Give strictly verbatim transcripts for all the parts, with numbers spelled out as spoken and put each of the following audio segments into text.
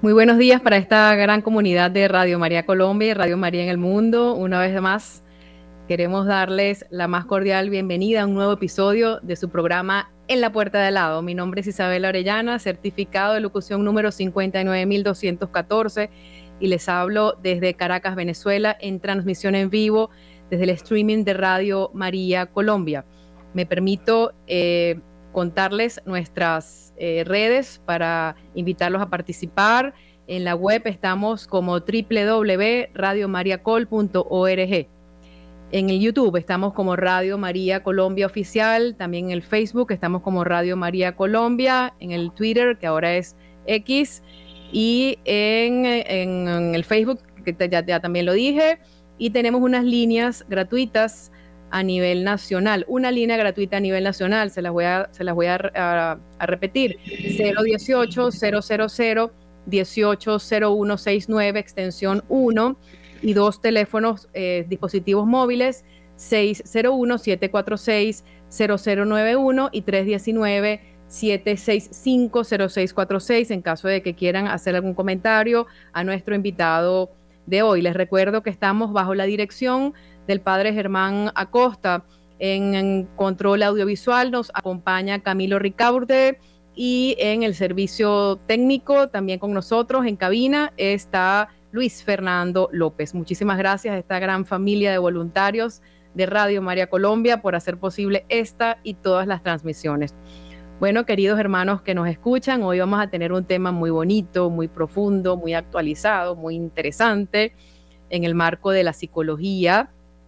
Muy buenos días para esta gran comunidad de Radio María Colombia y Radio María en el mundo. Una vez más, queremos darles la más cordial bienvenida a un nuevo episodio de su programa En la Puerta de Al Lado. Mi nombre es Isabela Orellana, certificado de locución número cincuenta y nueve mil doscientos catorce, y les hablo desde Caracas, Venezuela, en transmisión en vivo desde el streaming de Radio María Colombia. Me permito eh, contarles nuestras eh, redes para invitarlos a participar. En la web estamos como doble u doble u doble u punto radio maria col punto org. En el YouTube estamos como Radio María Colombia Oficial, también en el Facebook estamos como Radio María Colombia, en el Twitter, que ahora es X, y en, en, en el Facebook, que ya, ya también lo dije, y tenemos unas líneas gratuitas a nivel nacional, una línea gratuita a nivel nacional, se las voy a, se las voy a, a, a repetir, cero uno ocho, cero cero cero, uno ocho cero uno seis nueve, extensión uno, y dos teléfonos, eh, dispositivos móviles, seis cero uno, siete cuatro seis, cero cero nueve uno y tres uno nueve, siete seis cinco, cero seis cuatro seis, en caso de que quieran hacer algún comentario a nuestro invitado de hoy. Les recuerdo que estamos bajo la dirección del padre Germán Acosta. En, en control audiovisual nos acompaña Camilo Ricaurte, y en el servicio técnico también con nosotros en cabina está Luis Fernando López. Muchísimas gracias a esta gran familia de voluntarios de Radio María Colombia por hacer posible esta y todas las transmisiones. Bueno, queridos hermanos que nos escuchan, hoy vamos a tener un tema muy bonito, muy profundo, muy actualizado, muy interesante en el marco de la psicología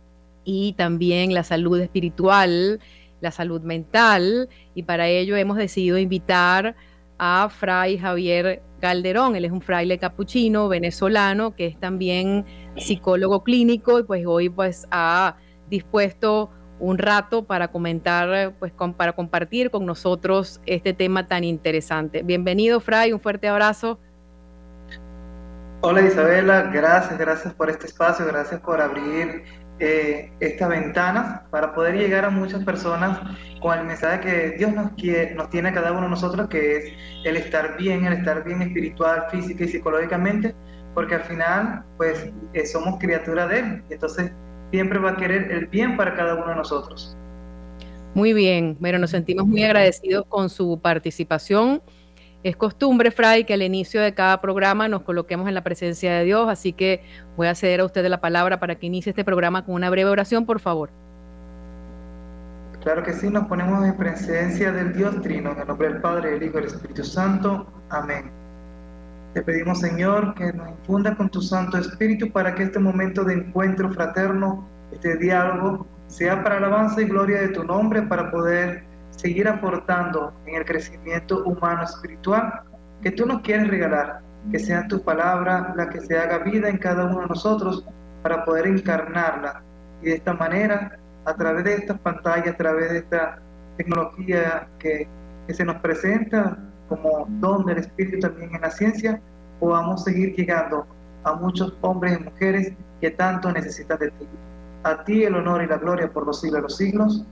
y también la salud espiritual, la salud mental, y para ello hemos decidido invitar a Fray Javier Calderón. Él es un fraile capuchino venezolano que es también psicólogo clínico, y pues hoy pues ha dispuesto un rato para comentar, pues con, para compartir con nosotros este tema tan interesante. Bienvenido, Fray, un fuerte abrazo. Hola Isabela, gracias, gracias por este espacio, gracias por abrir eh, estas ventanas para poder llegar a muchas personas con el mensaje que Dios nos, quiere, nos tiene a cada uno de nosotros, que es el estar bien, el estar bien espiritual, física y psicológicamente, porque al final pues eh, somos criaturas de Él, y entonces siempre va a querer el bien para cada uno de nosotros. Muy bien, bueno, nos sentimos muy agradecidos con su participación. Es costumbre, Fray, que al inicio de cada programa nos coloquemos en la presencia de Dios, así que voy a ceder a usted la palabra para que inicie este programa con una breve oración, por favor. Claro que sí, nos ponemos en presencia del Dios Trino, en el nombre del Padre, del Hijo y del Espíritu Santo. Amén. Te pedimos, Señor, que nos infunda con tu Santo Espíritu para que este momento de encuentro fraterno, este diálogo, sea para alabanza y gloria de tu nombre, para poder seguir aportando en el crecimiento humano espiritual que tú nos quieres regalar, que sea tu palabra la que se haga vida en cada uno de nosotros para poder encarnarla, y de esta manera, a través de estas pantallas, a través de esta tecnología que, que se nos presenta como don del Espíritu también en la ciencia, podamos seguir llegando a muchos hombres y mujeres que tanto necesitan de ti. A ti el honor y la gloria por los siglos de los siglos.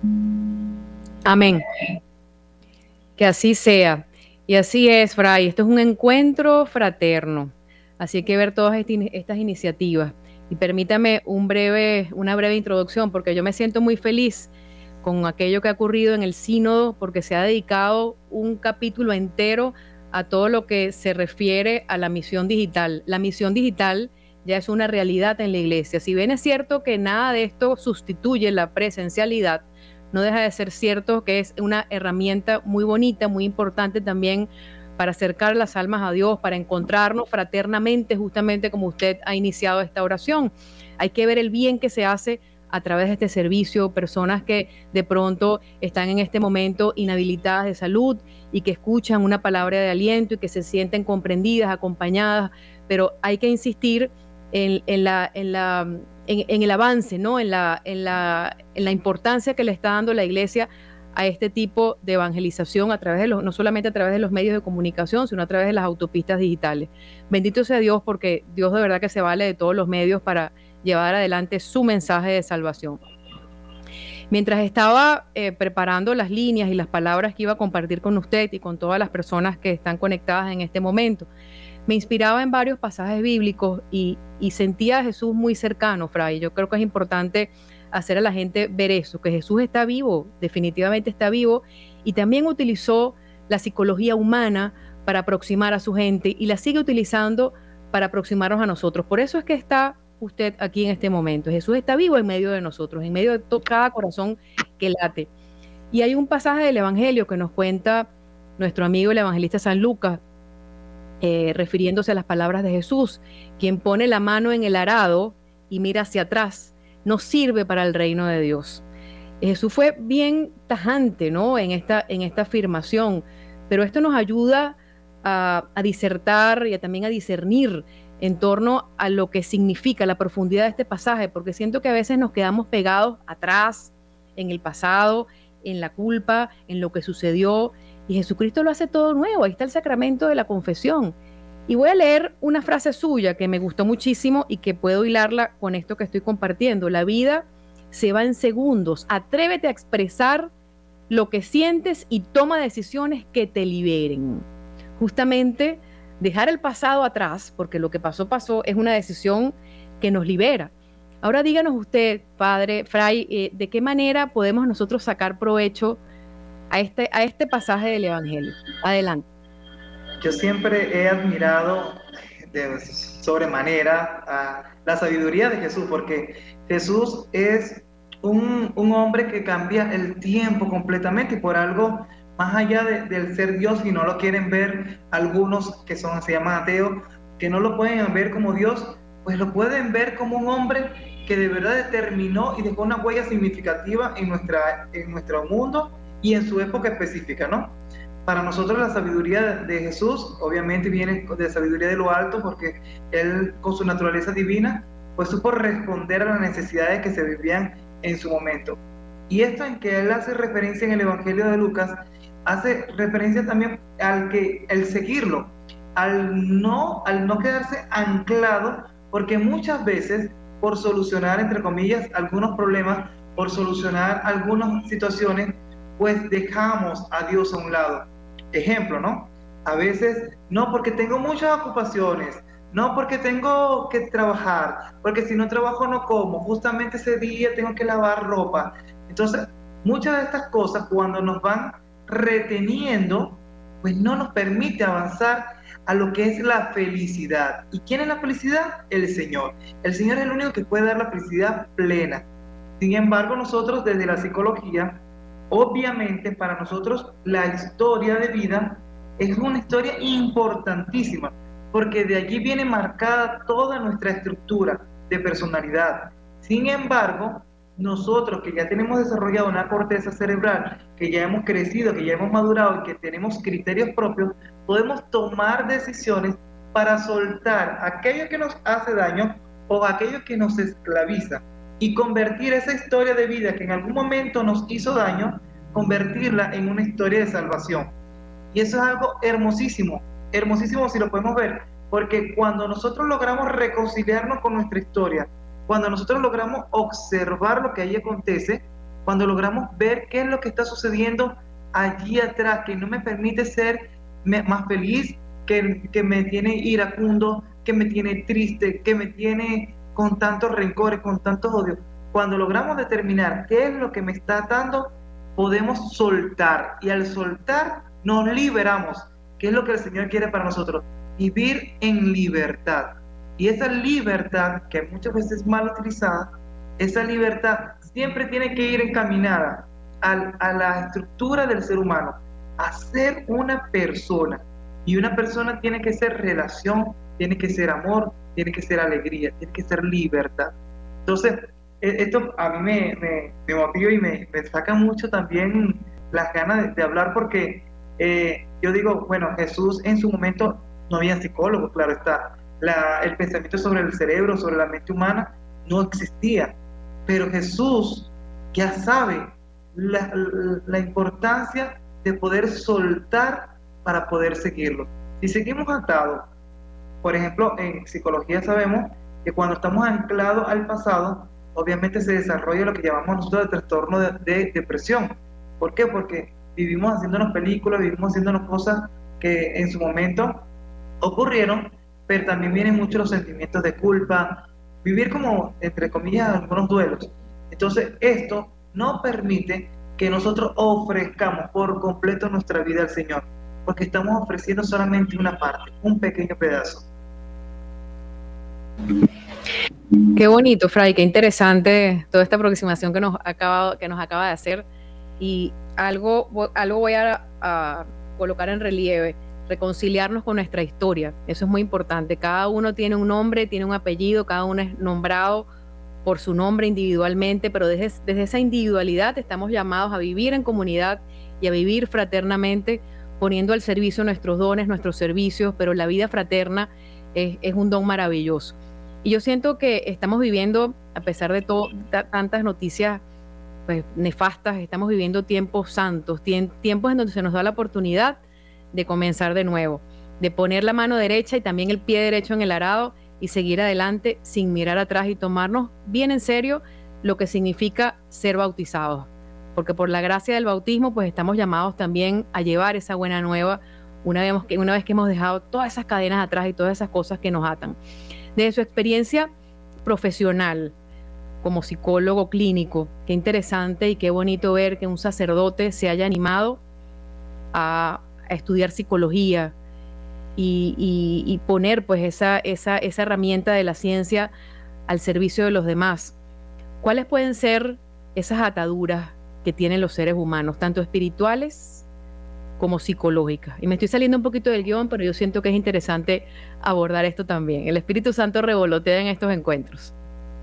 Amén. Que así sea. Y así es, Fray. Esto es un encuentro fraterno. Así hay que ver todas estas iniciativas. Y permítame un breve, una breve introducción, porque yo me siento muy feliz con aquello que ha ocurrido en el sínodo, porque se ha dedicado un capítulo entero a todo lo que se refiere a la misión digital. La misión digital ya es una realidad en la iglesia. Si bien es cierto que nada de esto sustituye la presencialidad, no deja de ser cierto que es una herramienta muy bonita, muy importante también para acercar las almas a Dios, para encontrarnos fraternamente, justamente como usted ha iniciado esta oración. Hay que ver el bien que se hace a través de este servicio, personas que de pronto están en este momento inhabilitadas de salud y que escuchan una palabra de aliento y que se sienten comprendidas, acompañadas, pero hay que insistir en, en, la, en, la, en, en el avance, ¿no? en, la, en, la, en la importancia que le está dando la Iglesia a este tipo de evangelización a través de los, no solamente a través de los medios de comunicación, sino a través de las autopistas digitales. Bendito sea Dios, porque Dios de verdad que se vale de todos los medios para llevar adelante su mensaje de salvación. Mientras estaba eh, preparando las líneas y las palabras que iba a compartir con usted y con todas las personas que están conectadas en este momento, me inspiraba en varios pasajes bíblicos y, y sentía a Jesús muy cercano, Fray. Yo creo que es importante hacer a la gente ver eso, que Jesús está vivo, definitivamente está vivo, y también utilizó la psicología humana para aproximar a su gente y la sigue utilizando para aproximarnos a nosotros. Por eso es que está usted aquí en este momento. Jesús está vivo en medio de nosotros, en medio de todo, cada corazón que late. Y hay un pasaje del Evangelio que nos cuenta nuestro amigo el evangelista San Lucas, eh, refiriéndose a las palabras de Jesús: quien pone la mano en el arado y mira hacia atrás, no sirve para el reino de Dios. Jesús fue bien tajante, ¿no?, en esta, en esta afirmación, pero esto nos ayuda a, a disertar y a, también a discernir en torno a lo que significa la profundidad de este pasaje, porque siento que a veces nos quedamos pegados atrás, en el pasado, en la culpa, en lo que sucedió, y Jesucristo lo hace todo nuevo. Ahí está el sacramento de la confesión. Y voy a leer una frase suya que me gustó muchísimo y que puedo hilarla con esto que estoy compartiendo. La vida se va en segundos. Atrévete a expresar lo que sientes y toma decisiones que te liberen. Justamente dejar el pasado atrás, porque lo que pasó, pasó, es una decisión que nos libera. Ahora díganos usted, padre Fray, eh, ¿de qué manera podemos nosotros sacar provecho a este, a este pasaje del Evangelio? Adelante. Yo siempre he admirado de sobremanera a la sabiduría de Jesús, porque Jesús es un, un hombre que cambia el tiempo completamente, y por algo más allá de, del ser Dios, y no lo quieren ver algunos que son, se llaman ateos, que no lo pueden ver como Dios, pues lo pueden ver como un hombre que de verdad determinó y dejó una huella significativa en, nuestra, en nuestro mundo y en su época específica, ¿no? Para nosotros la sabiduría de Jesús obviamente viene de sabiduría de lo alto, porque Él, con su naturaleza divina, pues supo responder a las necesidades que se vivían en su momento. Y esto en que Él hace referencia en el Evangelio de Lucas, hace referencia también al que el seguirlo, al no, al no quedarse anclado, porque muchas veces por solucionar, entre comillas, algunos problemas, por solucionar algunas situaciones, pues dejamos a Dios a un lado. Ejemplo, ¿no? A veces, no, porque tengo muchas ocupaciones, no, porque tengo que trabajar, porque si no trabajo no como, justamente ese día tengo que lavar ropa. Entonces, muchas de estas cosas, cuando nos van reteniendo, pues no nos permite avanzar a lo que es la felicidad. ¿Y quién es la felicidad? El Señor. El Señor es el único que puede dar la felicidad plena. Sin embargo, nosotros desde la psicología, obviamente para nosotros la historia de vida es una historia importantísima, porque de allí viene marcada toda nuestra estructura de personalidad. Sin embargo, nosotros que ya tenemos desarrollado una corteza cerebral, que ya hemos crecido, que ya hemos madurado y que tenemos criterios propios, podemos tomar decisiones para soltar aquello que nos hace daño o aquello que nos esclaviza, y convertir esa historia de vida que en algún momento nos hizo daño, convertirla en una historia de salvación. Y eso es algo hermosísimo, hermosísimo si lo podemos ver, porque cuando nosotros logramos reconciliarnos con nuestra historia, cuando nosotros logramos observar lo que allí acontece, cuando logramos ver qué es lo que está sucediendo allí atrás, que no me permite ser más feliz, que, que me tiene iracundo, que me tiene triste, que me tiene con tantos rencores, con tantos odios. Cuando logramos determinar qué es lo que me está atando, podemos soltar, y al soltar nos liberamos, que es lo que el Señor quiere para nosotros, vivir en libertad. Y esa libertad, que muchas veces es mal utilizada, esa libertad siempre tiene que ir encaminada a, a la estructura del ser humano, a ser una persona. Y una persona tiene que ser relación, tiene que ser amor, tiene que ser alegría, tiene que ser libertad. Entonces, esto a mí me, me, me motiva y me, me saca mucho también las ganas de, de hablar, porque eh, yo digo, bueno, Jesús en su momento no había psicólogos, claro está, la, el pensamiento sobre el cerebro, sobre la mente humana, no existía, pero Jesús ya sabe la, la, la importancia de poder soltar para poder seguirlo. Si seguimos atados, por ejemplo, en psicología sabemos que cuando estamos anclados al pasado, obviamente se desarrolla lo que llamamos nosotros el trastorno de, de depresión. ¿Por qué? Porque vivimos haciéndonos películas, vivimos haciéndonos cosas que en su momento ocurrieron, pero también vienen muchos los sentimientos de culpa, vivir como, entre comillas, algunos duelos. Entonces, esto no permite que nosotros ofrezcamos por completo nuestra vida al Señor, porque estamos ofreciendo solamente una parte, un pequeño pedazo. Qué bonito, Fray, qué interesante toda esta aproximación que nos acaba, que nos acaba de hacer. Y algo, algo voy a, a colocar en relieve, reconciliarnos con nuestra historia. Eso es muy importante. Cada uno tiene un nombre, tiene un apellido, cada uno es nombrado por su nombre individualmente, pero desde, desde esa individualidad estamos llamados a vivir en comunidad y a vivir fraternamente, poniendo al servicio nuestros dones, nuestros servicios, pero la vida fraterna es, es un don maravilloso. Y yo siento que estamos viviendo, a pesar de todo, tantas noticias pues, nefastas, estamos viviendo tiempos santos, tiempos en donde se nos da la oportunidad de comenzar de nuevo, de poner la mano derecha y también el pie derecho en el arado y seguir adelante sin mirar atrás y tomarnos bien en serio lo que significa ser bautizados. Porque por la gracia del bautismo, pues estamos llamados también a llevar esa buena nueva una vez que, una vez que hemos dejado todas esas cadenas atrás y todas esas cosas que nos atan. Desde su experiencia profesional como psicólogo clínico, qué interesante y qué bonito ver que un sacerdote se haya animado a, a estudiar psicología y, y, y poner pues esa, esa, esa herramienta de la ciencia al servicio de los demás. ¿Cuáles pueden ser esas ataduras que tienen los seres humanos, tanto espirituales como psicológicas? Y me estoy saliendo un poquito del guión, pero yo siento que es interesante abordar esto también. El Espíritu Santo revolotea en estos encuentros.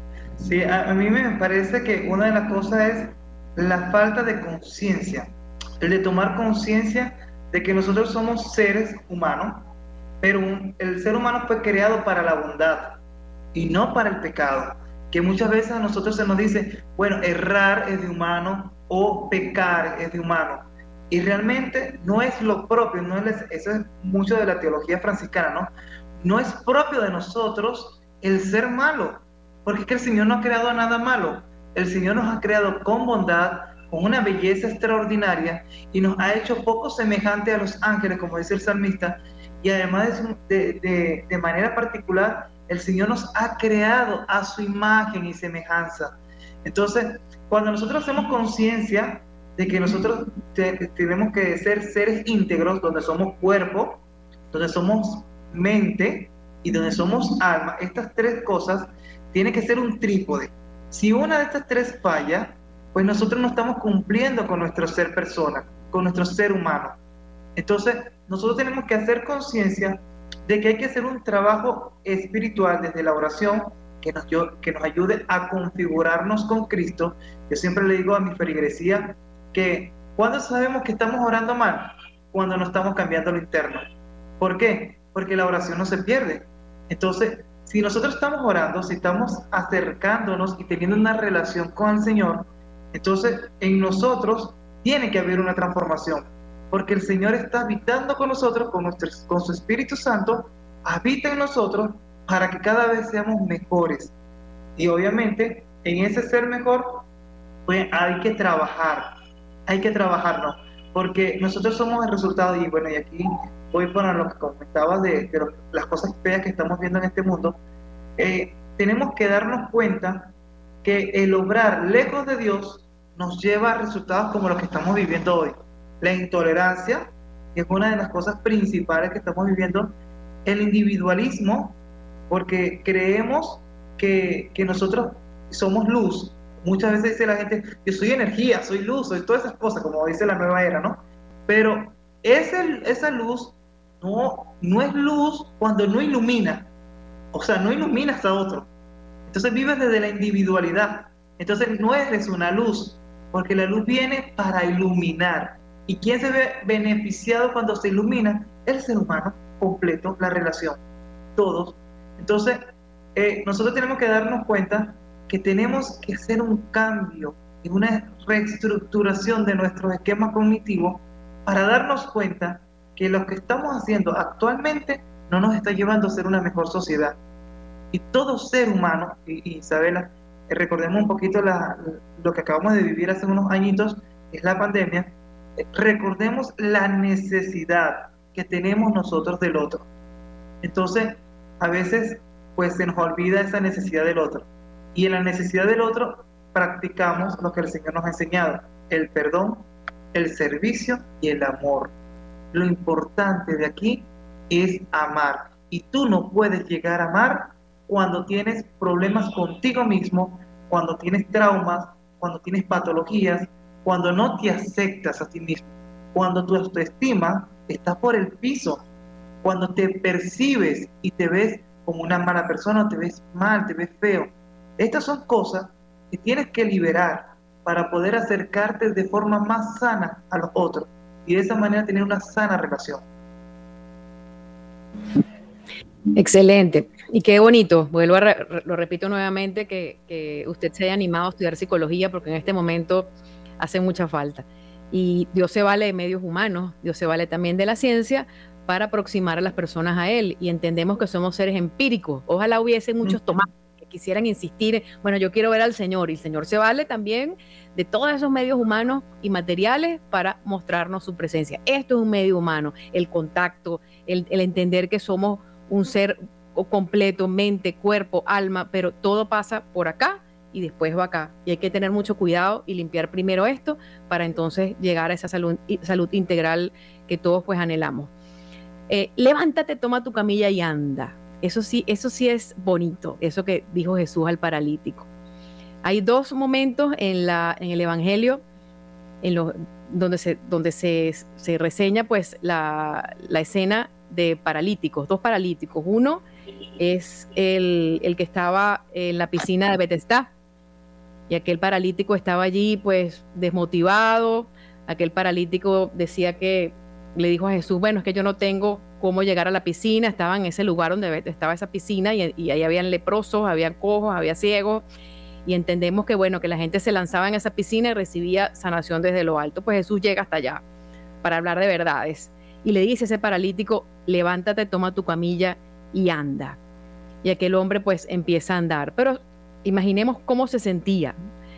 Sí, a, a mí me parece que una de las cosas es la falta de conciencia, el de tomar conciencia de que nosotros somos seres humanos, pero un, el ser humano fue creado para la bondad y no para el pecado, que muchas veces a nosotros se nos dice, bueno, errar es de humano o pecar es de humano, y realmente no es lo propio, no es, eso es mucho de la teología franciscana, ¿no? No es propio de nosotros el ser malo, porque es que el Señor no ha creado nada malo, el Señor nos ha creado con bondad, con una belleza extraordinaria, y nos ha hecho poco semejante a los ángeles, como dice el salmista, y además de, de, de manera particular, el Señor nos ha creado a su imagen y semejanza. Entonces, cuando nosotros hacemos conciencia de que nosotros te, tenemos que ser seres íntegros, donde somos cuerpo, donde somos mente y donde somos alma, estas tres cosas tienen que ser un trípode. Si una de estas tres falla, pues nosotros no estamos cumpliendo con nuestro ser persona, con nuestro ser humano. Entonces, nosotros tenemos que hacer conciencia de que hay que hacer un trabajo espiritual desde la oración que nos, que nos ayude a configurarnos con Cristo. Yo siempre le digo a mi feligresía que ¿cuándo sabemos que estamos orando mal? Cuando no estamos cambiando lo interno. ¿Por qué? Porque la oración no se pierde. Entonces, si nosotros estamos orando, si estamos acercándonos y teniendo una relación con el Señor, entonces en nosotros tiene que haber una transformación, porque el Señor está habitando con nosotros, con, nuestro, con su Espíritu Santo, habita en nosotros para que cada vez seamos mejores. Y obviamente, en ese ser mejor, pues hay que trabajar, hay que trabajarnos, porque nosotros somos el resultado, y bueno, y aquí voy para lo que comentabas de, de lo, las cosas feas que estamos viendo en este mundo. Eh, tenemos que darnos cuenta que el obrar lejos de Dios nos lleva a resultados como los que estamos viviendo hoy. La intolerancia, que es una de las cosas principales que estamos viviendo, el individualismo, porque creemos que, que nosotros somos luz. Muchas veces dice la gente, yo soy energía, soy luz, soy todas esas cosas, como dice la nueva era, ¿no? Pero ese, esa luz no, no es luz cuando no ilumina, o sea, no iluminas a otro. Entonces vives desde la individualidad. Entonces no eres una luz, porque la luz viene para iluminar. ¿Y quién se ve beneficiado cuando se ilumina? El ser humano completo, la relación, todos. Entonces, eh, nosotros tenemos que darnos cuenta que tenemos que hacer un cambio y una reestructuración de nuestros esquemas cognitivos para darnos cuenta que lo que estamos haciendo actualmente no nos está llevando a ser una mejor sociedad. Y todo ser humano, y, y Isabela, eh, recordemos un poquito la, lo que acabamos de vivir hace unos añitos, es la pandemia. Recordemos la necesidad que tenemos nosotros del otro. Entonces, a veces, pues se nos olvida esa necesidad del otro. Y en la necesidad del otro practicamos lo que el Señor nos ha enseñado: el perdón, el servicio y el amor. Lo importante de aquí es amar. Y tú no puedes llegar a amar cuando tienes problemas contigo mismo, cuando tienes traumas, cuando tienes patologías, cuando no te aceptas a ti mismo, cuando tu autoestima está por el piso, cuando te percibes y te ves como una mala persona, te ves mal, te ves feo. Estas son cosas que tienes que liberar para poder acercarte de forma más sana a los otros y de esa manera tener una sana relación. Excelente. Y qué bonito, vuelvo a re, lo repito nuevamente, que, que usted se haya animado a estudiar psicología, porque en este momento hace mucha falta. Y Dios se vale de medios humanos, Dios se vale también de la ciencia para aproximar a las personas a Él. Y entendemos que somos seres empíricos. Ojalá hubiese muchos tomates que quisieran insistir, bueno, yo quiero ver al Señor. Y el Señor se vale también de todos esos medios humanos y materiales para mostrarnos su presencia. Esto es un medio humano, el contacto, el, el entender que somos un ser completo, mente, cuerpo, alma, pero todo pasa por acá y después va acá. Y hay que tener mucho cuidado y limpiar primero esto para entonces llegar a esa salud, salud integral que todos pues anhelamos. Eh, levántate, toma tu camilla y anda. Eso sí, eso sí es bonito, eso que dijo Jesús al paralítico. Hay dos momentos en, la, en el Evangelio en los, donde, se, donde se, se reseña pues la, la escena de paralíticos, dos paralíticos. Uno es el, el que estaba en la piscina de Betesda, y aquel paralítico estaba allí pues desmotivado. Aquel paralítico decía que le dijo a Jesús, bueno, es que yo no tengo cómo llegar a la piscina. Estaba en ese lugar donde estaba esa piscina y, y ahí habían leprosos, había cojos, había ciegos, y entendemos que bueno, que la gente se lanzaba en esa piscina y recibía sanación desde lo alto. Pues Jesús llega hasta allá para hablar de verdades y le dice a ese paralítico, levántate, toma tu camilla y anda. Y aquel hombre pues empieza a andar, pero imaginemos cómo se sentía.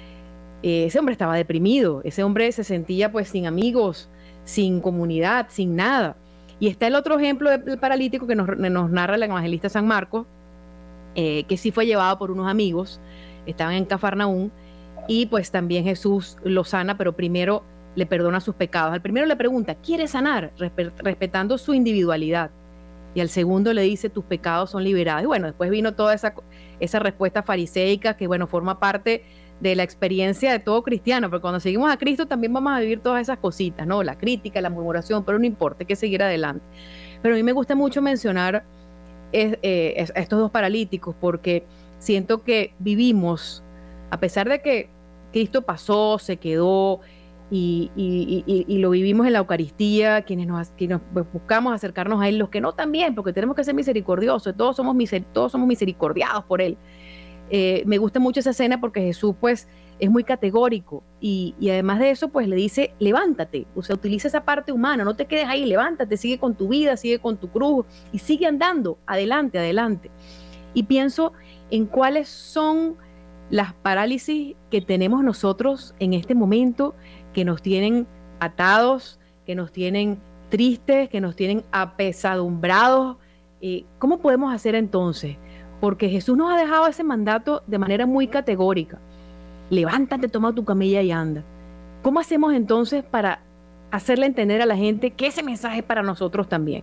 Eh, ese hombre estaba deprimido, ese hombre se sentía pues sin amigos, sin comunidad, sin nada. Y está el otro ejemplo del paralítico que nos, nos narra el evangelista San Marcos, eh, que sí fue llevado por unos amigos, estaban en Cafarnaúm, y pues también Jesús lo sana, pero primero le perdona sus pecados. Al primero le pregunta, ¿quieres sanar? Respe- respetando su individualidad. Y al segundo le dice, tus pecados son liberados. Y bueno, después vino toda esa, esa respuesta fariseica que, bueno, forma parte de la experiencia de todo cristiano, porque cuando seguimos a Cristo también vamos a vivir todas esas cositas, ¿no? La crítica, la murmuración, pero no importa, hay que seguir adelante. Pero a mí me gusta mucho mencionar es, eh, es, estos dos paralíticos, porque siento que vivimos, a pesar de que Cristo pasó, se quedó, Y, y, y, y lo vivimos en la Eucaristía, quienes nos, quienes buscamos acercarnos a Él, los que no también, porque tenemos que ser misericordiosos, todos somos, miser, todos somos misericordiados por Él. Eh, me gusta mucho esa escena porque Jesús pues es muy categórico y, y además de eso pues le dice, levántate, o sea, utiliza esa parte humana, no te quedes ahí, levántate, sigue con tu vida, sigue con tu cruz y sigue andando, adelante, adelante. Y pienso en cuáles son las parálisis que tenemos nosotros en este momento, que nos tienen atados, que nos tienen tristes, que nos tienen apesadumbrados. Eh, ¿Cómo podemos hacer entonces? Porque Jesús nos ha dejado ese mandato de manera muy categórica. Levántate, toma tu camilla y anda. ¿Cómo hacemos entonces para hacerle entender a la gente que ese mensaje es para nosotros también?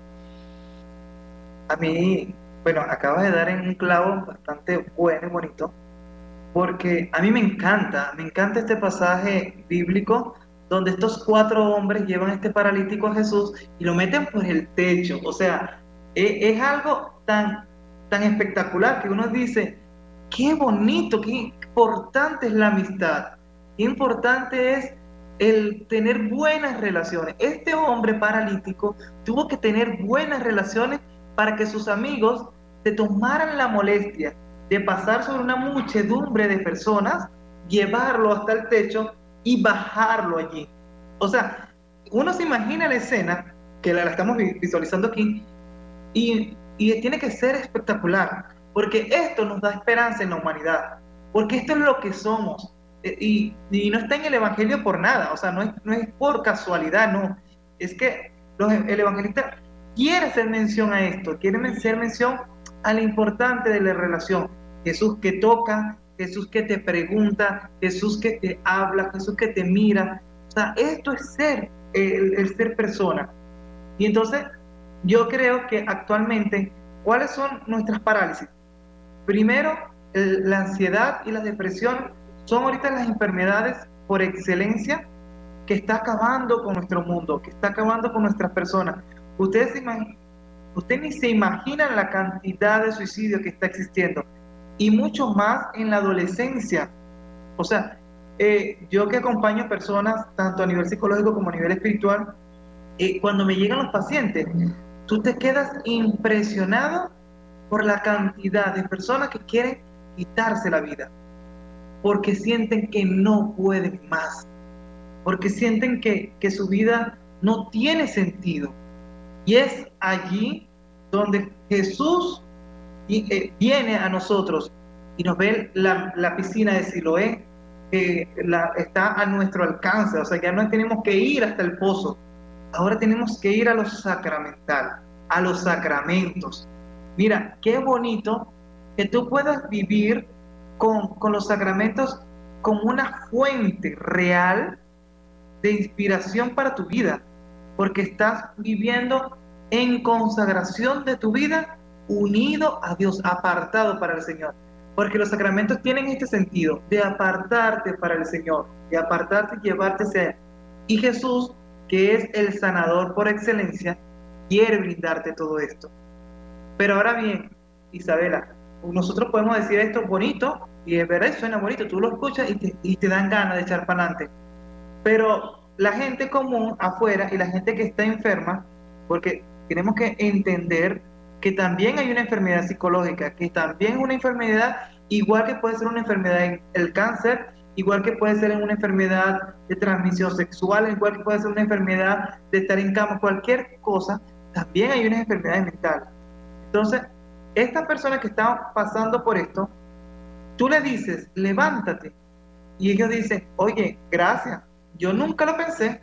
A mí, bueno, acabas de dar en un clavo bastante bueno y bonito, porque a mí me encanta, me encanta este pasaje bíblico donde estos cuatro hombres llevan a este paralítico a Jesús y lo meten por el techo. O sea, es, es algo tan, tan espectacular que uno dice, qué bonito, qué importante es la amistad, qué importante es el tener buenas relaciones. Este hombre paralítico tuvo que tener buenas relaciones para que sus amigos se tomaran la molestia de pasar sobre una muchedumbre de personas, llevarlo hasta el techo y bajarlo allí. O sea, uno se imagina la escena, que la, la estamos visualizando aquí, y, y tiene que ser espectacular, porque esto nos da esperanza en la humanidad, porque esto es lo que somos, y, y no está en el Evangelio por nada, o sea, no es, no es por casualidad, no, es que los, el evangelista quiere hacer mención a esto, quiere hacer mención a lo importante de la relación. Jesús que toca, Jesús que te pregunta, Jesús que te habla, Jesús que te mira. O sea, esto es ser, el, el ser persona. Y entonces, yo creo que actualmente, ¿cuáles son nuestras parálisis? Primero, el, la ansiedad y la depresión son ahorita las enfermedades por excelencia que está acabando con nuestro mundo, que está acabando con nuestras personas. Ustedes se imag- usted ni se imaginan la cantidad de suicidio que está existiendo, y mucho más en la adolescencia. O sea, eh, yo que acompaño personas, tanto a nivel psicológico como a nivel espiritual, eh, cuando me llegan los pacientes, tú te quedas impresionado por la cantidad de personas que quieren quitarse la vida, porque sienten que no pueden más, porque sienten que, que su vida no tiene sentido. Y es allí donde Jesús eh, viene a nosotros y nos ve la, la piscina de Siloé, que la, está a nuestro alcance. O sea, ya no tenemos que ir hasta el pozo, ahora tenemos que ir a lo sacramental, a los sacramentos. Mira, qué bonito que tú puedas vivir con, con los sacramentos como una fuente real de inspiración para tu vida, porque estás viviendo en consagración de tu vida, unido a Dios, apartado para el Señor. Porque los sacramentos tienen este sentido de apartarte para el Señor, de apartarte y llevarte hacia Él. Y Jesús, que es el sanador por excelencia, quiere brindarte todo esto. Pero ahora bien, Isabela, nosotros podemos decir esto bonito, y es verdad, suena bonito, tú lo escuchas y te, y te dan ganas de echar para adelante. Pero la gente común afuera y la gente que está enferma, porque tenemos que entender que también hay una enfermedad psicológica, que también es una enfermedad, igual que puede ser una enfermedad en el cáncer, igual que puede ser una enfermedad de transmisión sexual, igual que puede ser una enfermedad de estar en cama, cualquier cosa, también hay unas enfermedades mentales. Entonces, estas personas que están pasando por esto, tú le dices, levántate, y ellos dicen, oye, gracias, yo nunca lo pensé.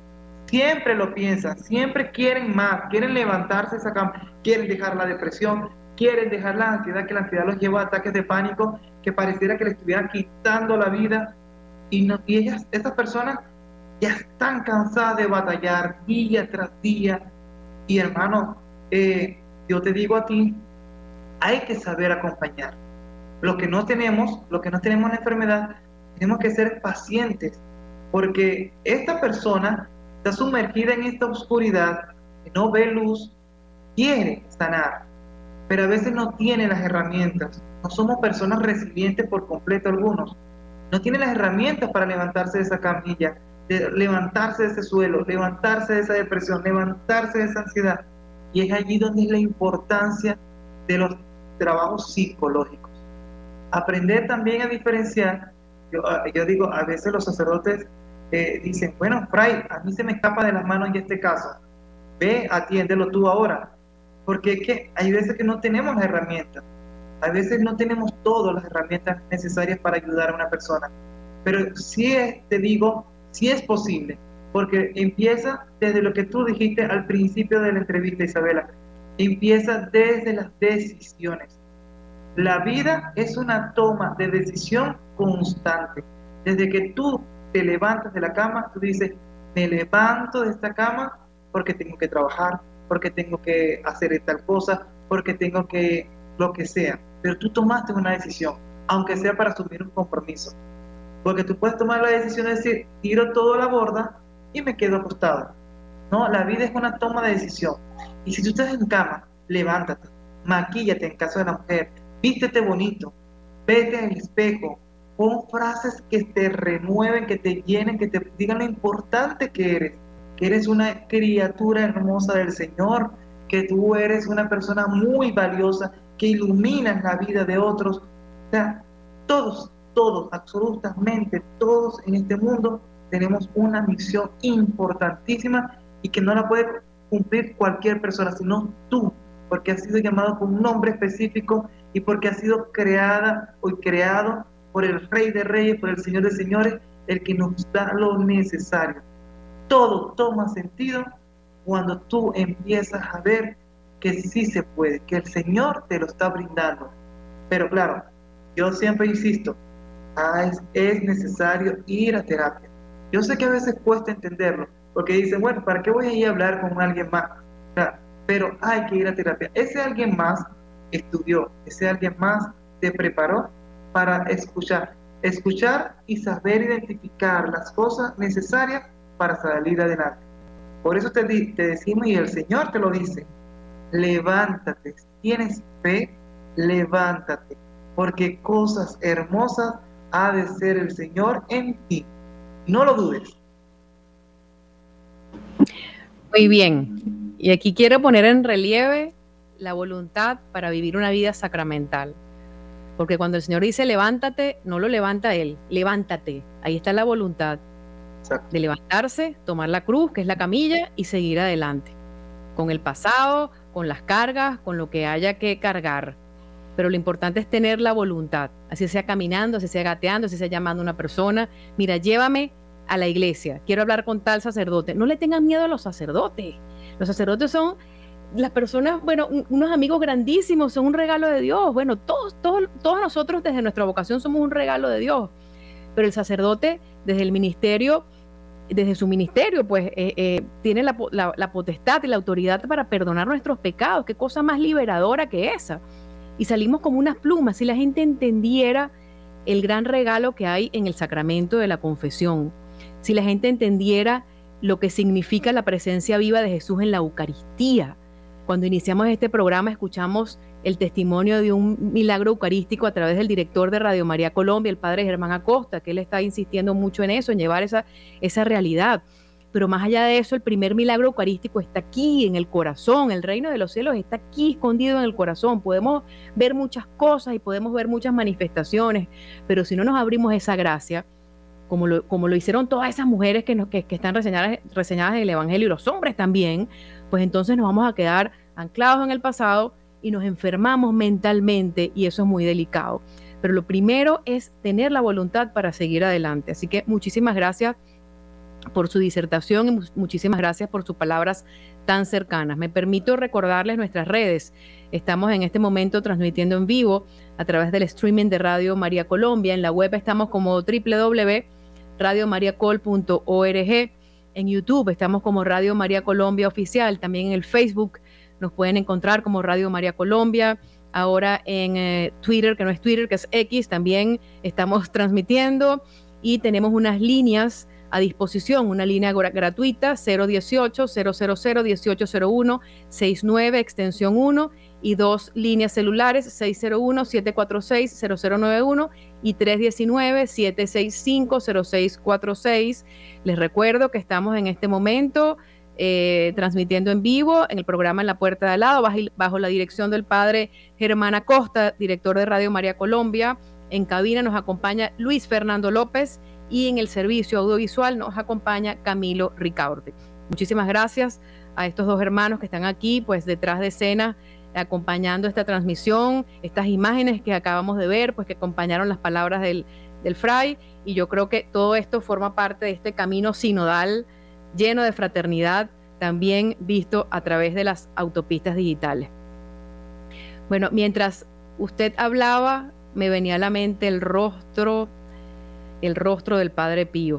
Siempre lo piensan, siempre quieren más, quieren levantarse de esa cama, quieren dejar la depresión, quieren dejar la ansiedad, que la ansiedad los lleva a ataques de pánico, que pareciera que les estuvieran quitando la vida. Y, no, y ellas, estas personas ya están cansadas de batallar día tras día. Y hermano, eh, yo te digo a ti, hay que saber acompañar. Lo que no tenemos, lo que no tenemos la enfermedad, tenemos que ser pacientes, porque esta persona está sumergida en esta oscuridad, que no ve luz, quiere sanar, pero a veces no tiene las herramientas. No somos personas resilientes por completo algunos. No tienen las herramientas para levantarse de esa camilla, de levantarse de ese suelo, levantarse de esa depresión, levantarse de esa ansiedad. Y es allí donde es la importancia de los trabajos psicológicos. Aprender también a diferenciar. Yo, yo digo, a veces los sacerdotes eh, dicen, bueno, Fray, a mí se me escapa de las manos en este caso, ve, atiéndelo tú ahora, porque es que hay veces que no tenemos las herramientas, a veces no tenemos todas las herramientas necesarias para ayudar a una persona, pero sí es, te digo, sí es posible, porque empieza desde lo que tú dijiste al principio de la entrevista, Isabela, empieza desde las decisiones. La vida es una toma de decisión constante. Desde que tú te levantas de la cama, tú dices, me levanto de esta cama porque tengo que trabajar, porque tengo que hacer tal cosa, porque tengo que lo que sea. Pero tú tomaste una decisión, aunque sea para asumir un compromiso. Porque tú puedes tomar la decisión de decir, tiro todo a la borda y me quedo acostado. No, la vida es una toma de decisión. Y si tú estás en cama, levántate, maquíllate en caso de la mujer, vístete bonito, vete en el espejo, pon frases que te renueven, que te llenen, que te digan lo importante que eres, que eres una criatura hermosa del Señor, que tú eres una persona muy valiosa, que iluminas la vida de otros. O sea, todos, todos, absolutamente todos en este mundo tenemos una misión importantísima y que no la puede cumplir cualquier persona, sino tú, porque has sido llamado por un nombre específico y porque ha sido creada o creado por el Rey de Reyes, por el Señor de Señores, el que nos da lo necesario. Todo toma sentido cuando tú empiezas a ver que sí se puede, que el Señor te lo está brindando. Pero claro, yo siempre insisto, ah, es, es necesario ir a terapia. Yo sé que a veces cuesta entenderlo, porque dicen, bueno, ¿para qué voy a ir a hablar con alguien más? O sea, pero hay que ir a terapia. Ese alguien más estudió, ese alguien más te preparó para escuchar. Escuchar y saber identificar las cosas necesarias para salir adelante. Por eso te, te decimos, y el Señor te lo dice, levántate, si tienes fe, levántate, porque cosas hermosas ha de ser el Señor en ti. No lo dudes. Muy bien. Y aquí quiero poner en relieve la voluntad para vivir una vida sacramental. Porque cuando el Señor dice levántate, no lo levanta Él, levántate. Ahí está la voluntad. Exacto. De levantarse, tomar la cruz, que es la camilla, y seguir adelante. Con el pasado, con las cargas, con lo que haya que cargar. Pero lo importante es tener la voluntad, así sea caminando, así sea gateando, así sea llamando a una persona. Mira, llévame a la iglesia, quiero hablar con tal sacerdote. No le tengan miedo a los sacerdotes. Los sacerdotes son las personas, bueno, un, unos amigos grandísimos, son un regalo de Dios. Bueno, todos, todos, todos nosotros desde nuestra vocación somos un regalo de Dios. Pero el sacerdote, desde el ministerio, desde su ministerio, pues eh, eh, tiene la, la, la potestad y la autoridad para perdonar nuestros pecados. Qué cosa más liberadora que esa. Y salimos como unas plumas. Si la gente entendiera el gran regalo que hay en el sacramento de la confesión, si la gente entendiera lo que significa la presencia viva de Jesús en la Eucaristía. Cuando iniciamos este programa escuchamos el testimonio de un milagro eucarístico a través del director de Radio María Colombia, el padre Germán Acosta, que él está insistiendo mucho en eso, en llevar esa, esa realidad. Pero más allá de eso, el primer milagro eucarístico está aquí, en el corazón. El reino de los cielos está aquí, escondido en el corazón. Podemos ver muchas cosas y podemos ver muchas manifestaciones, pero si no nos abrimos esa gracia, como lo, como lo hicieron todas esas mujeres que, nos, que, que están reseñadas, reseñadas en el Evangelio, y los hombres también, pues entonces nos vamos a quedar anclados en el pasado y nos enfermamos mentalmente, y eso es muy delicado. Pero lo primero es tener la voluntad para seguir adelante. Así que muchísimas gracias por su disertación y muchísimas gracias por sus palabras tan cercanas. Me permito recordarles nuestras redes. Estamos en este momento transmitiendo en vivo a través del streaming de Radio María Colombia. En la web estamos como doble u doble u doble u punto radio maría col punto org. En YouTube estamos como Radio María Colombia Oficial. También en el Facebook nos pueden encontrar como Radio María Colombia. Ahora en eh, Twitter, que no es Twitter, que es X, también estamos transmitiendo y tenemos unas líneas a disposición, una línea gra- gratuita cero dieciocho, cero cero cero, dieciocho cero uno, sesenta y nueve extensión uno y dos líneas celulares seis cero uno, siete cuatro seis, cero cero nueve uno y tres uno nueve, siete seis cinco, cero seis cuatro seis. Les recuerdo que estamos en este momento eh, transmitiendo en vivo en el programa En la Puerta de Al Lado, bajo, bajo la dirección del padre Germán Acosta, director de Radio María Colombia. En cabina nos acompaña Luis Fernando López y en el servicio audiovisual nos acompaña Camilo Ricaurte. Muchísimas gracias a estos dos hermanos que están aquí, pues detrás de escena, acompañando esta transmisión, estas imágenes que acabamos de ver, pues que acompañaron las palabras del, del fray, y yo creo que todo esto forma parte de este camino sinodal lleno de fraternidad, también visto a través de las autopistas digitales. Bueno, mientras usted hablaba, me venía a la mente el rostro, el rostro del Padre Pío,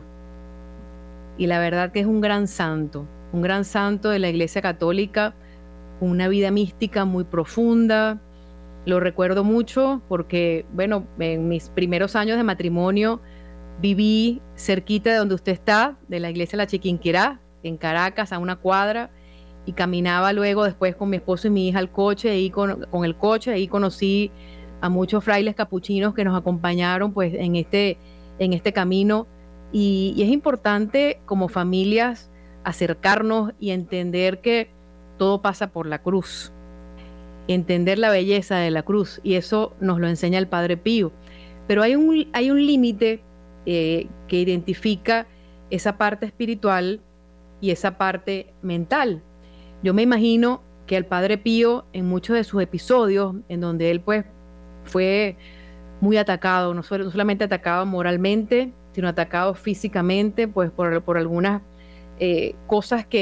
y la verdad que es un gran santo, un gran santo de la Iglesia Católica, una vida mística muy profunda. Lo recuerdo mucho porque, bueno, en mis primeros años de matrimonio viví cerquita de donde usted está, de la iglesia La Chiquinquirá, en Caracas, a una cuadra, y caminaba luego después con mi esposo y mi hija al coche, y con, con el coche, ahí conocí a muchos frailes capuchinos que nos acompañaron pues en este, en este camino, y, y es importante como familias acercarnos y entender que todo pasa por la cruz, entender la belleza de la cruz, y eso nos lo enseña el Padre Pío. Pero hay un, hay un límite eh, que identifica esa parte espiritual y esa parte mental. Yo me imagino que el Padre Pío, en muchos de sus episodios, en donde él pues fue muy atacado, no, solo, no solamente atacado moralmente, sino atacado físicamente, pues por, por algunas eh, cosas que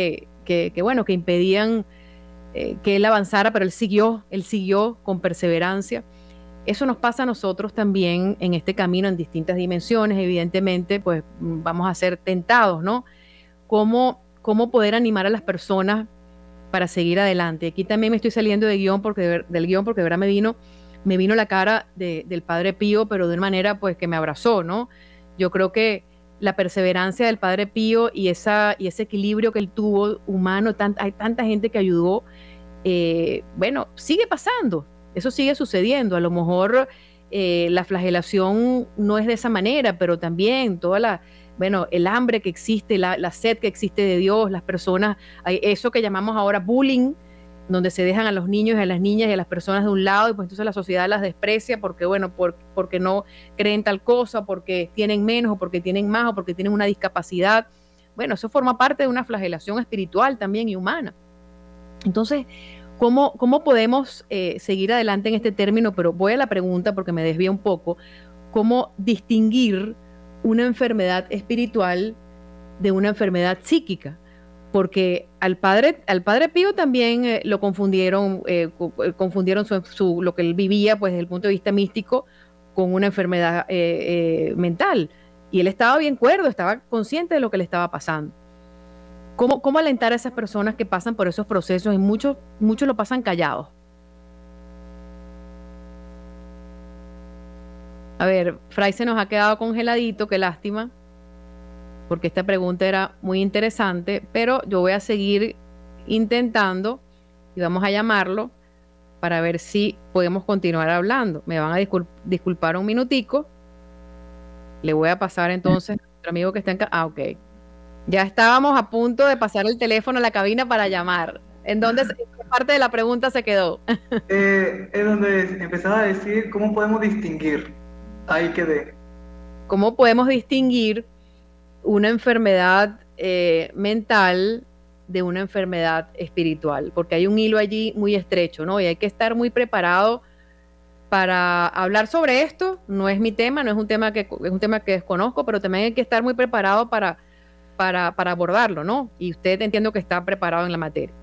que, que bueno, que impedían eh, que él avanzara, pero él siguió, él siguió con perseverancia. Eso nos pasa a nosotros también en este camino en distintas dimensiones. Evidentemente, pues vamos a ser tentados, ¿no? ¿Cómo, cómo poder animar a las personas para seguir adelante? Aquí también me estoy saliendo de guión porque, del guión porque de verdad me vino, me vino la cara de, del Padre Pío, pero de una manera pues que me abrazó, ¿no? Yo creo que la perseverancia del Padre Pío y, esa, y ese equilibrio que él tuvo humano, tan, hay tanta gente que ayudó, eh, bueno, sigue pasando. Eso sigue sucediendo. A lo mejor eh, la flagelación no es de esa manera, pero también toda la, bueno, el hambre que existe, la, la sed que existe de Dios, las personas, hay eso que llamamos ahora bullying, donde se dejan a los niños y a las niñas y a las personas de un lado, y pues entonces la sociedad las desprecia porque, bueno, por, porque no creen tal cosa, porque tienen menos, o porque tienen más, o porque tienen una discapacidad. Bueno, eso forma parte de una flagelación espiritual también y humana. Entonces, ¿Cómo, ¿Cómo podemos eh, seguir adelante en este término? Pero voy a la pregunta porque me desvía un poco. ¿Cómo distinguir una enfermedad espiritual de una enfermedad psíquica? Porque al padre, al padre Pío también eh, lo confundieron, eh, confundieron su, su, lo que él vivía pues, desde el punto de vista místico con una enfermedad eh, eh, mental. Y él estaba bien cuerdo, estaba consciente de lo que le estaba pasando. ¿Cómo, ¿Cómo alentar a esas personas que pasan por esos procesos y muchos, muchos lo pasan callados? A ver, Fray se nos ha quedado congeladito, qué lástima, porque esta pregunta era muy interesante, pero yo voy a seguir intentando y vamos a llamarlo para ver si podemos continuar hablando. Me van a discul- disculpar un minutico. Le voy a pasar entonces a nuestro amigo que está en... Ca- ah, ok. Ya estábamos a punto de pasar el teléfono a la cabina para llamar. ¿En dónde se, qué parte de la pregunta se quedó? Eh, es donde empezaba a decir cómo podemos distinguir. Ahí quedé. ¿Cómo podemos distinguir una enfermedad eh, mental de una enfermedad espiritual? Porque hay un hilo allí muy estrecho, ¿no? Y hay que estar muy preparado para hablar sobre esto. No es mi tema, no es un tema que, es un tema que desconozco, pero también hay que estar muy preparado para... Para, para abordarlo, ¿no? Y usted entiendo que está preparado en la materia.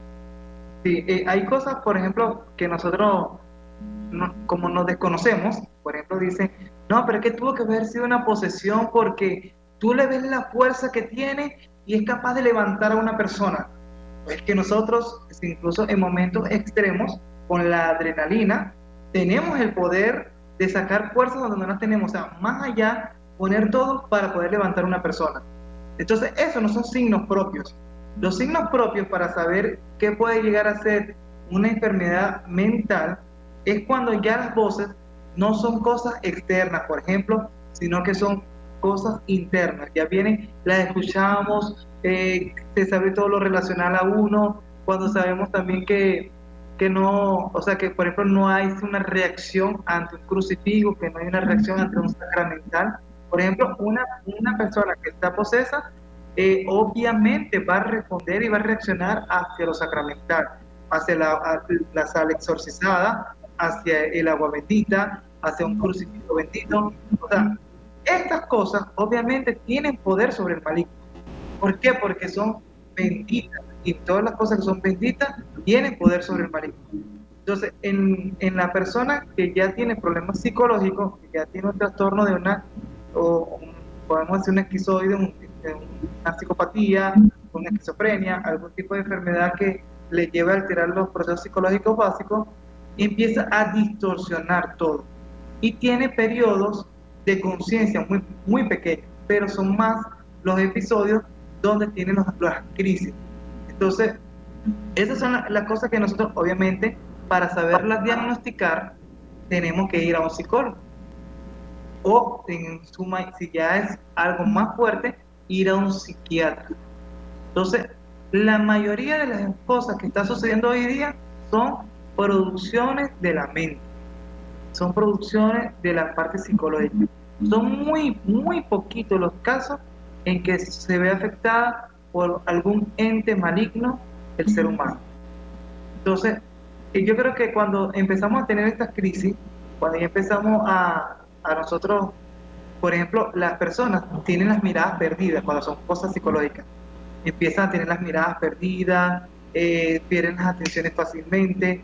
Sí, eh, hay cosas, por ejemplo, que nosotros, no, como nos desconocemos, por ejemplo, dicen, no, pero es que tuvo que haber sido una posesión porque tú le ves la fuerza que tiene y es capaz de levantar a una persona. Es que nosotros, incluso en momentos extremos, con la adrenalina, tenemos el poder de sacar fuerzas donde no las tenemos, o sea, más allá, poner todo para poder levantar a una persona. Entonces, esos no son signos propios. Los signos propios para saber qué puede llegar a ser una enfermedad mental es cuando ya las voces no son cosas externas, por ejemplo, sino que son cosas internas. Ya vienen, las escuchamos, eh, se sabe todo lo relacional a uno, cuando sabemos también que, que no, o sea, que por ejemplo no hay una reacción ante un crucifijo, que no hay una reacción ante un sacramental. Por ejemplo, una, una persona que está posesa, eh, obviamente va a responder y va a reaccionar hacia lo sacramental, hacia la, la sal exorcizada, hacia el agua bendita, hacia un crucifijo bendito. O sea, estas cosas obviamente tienen poder sobre el maligno. ¿Por qué? Porque son benditas, y todas las cosas que son benditas tienen poder sobre el maligno. Entonces, en, en la persona que ya tiene problemas psicológicos, que ya tiene un trastorno de una o un, podemos decir un esquizoide, un, una psicopatía, una esquizofrenia, algún tipo de enfermedad que le lleva a alterar los procesos psicológicos básicos, empieza a distorsionar todo y tiene periodos de conciencia muy, muy pequeños, pero son más los episodios donde tienen los, las crisis. Entonces, esas son las, las cosas que nosotros, obviamente, para saberlas diagnosticar, tenemos que ir a un psicólogo. O, en suma, si ya es algo más fuerte, ir a un psiquiatra. Entonces, la mayoría de las cosas que están sucediendo hoy día son producciones de la mente, son producciones de la parte psicológica. Son muy, muy poquitos los casos en que se ve afectada por algún ente maligno el ser humano. Entonces, yo creo que cuando empezamos a tener estas crisis, cuando ya empezamos a a nosotros, por ejemplo, las personas tienen las miradas perdidas cuando son cosas psicológicas. empiezan a tener las miradas perdidas, eh, pierden las atenciones fácilmente,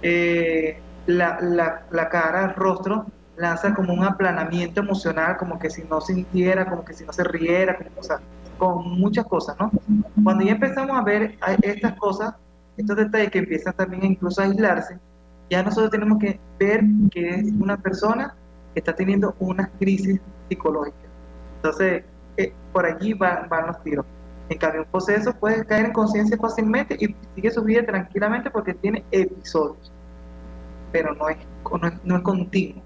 eh, la, la, la cara, el rostro, lanza como un aplanamiento emocional, como que si no sintiera, como que si no se riera, como, o sea, con muchas cosas, ¿no? Cuando ya empezamos a ver a estas cosas, estos detalles que empiezan también incluso a aislarse, ya nosotros tenemos que ver que es una persona que está teniendo una crisis psicológica. Entonces, eh, por allí van, van los tiros. En cambio, un poseso puede caer en conciencia fácilmente y sigue su vida tranquilamente porque tiene episodios, pero no es, no es, no es continuo.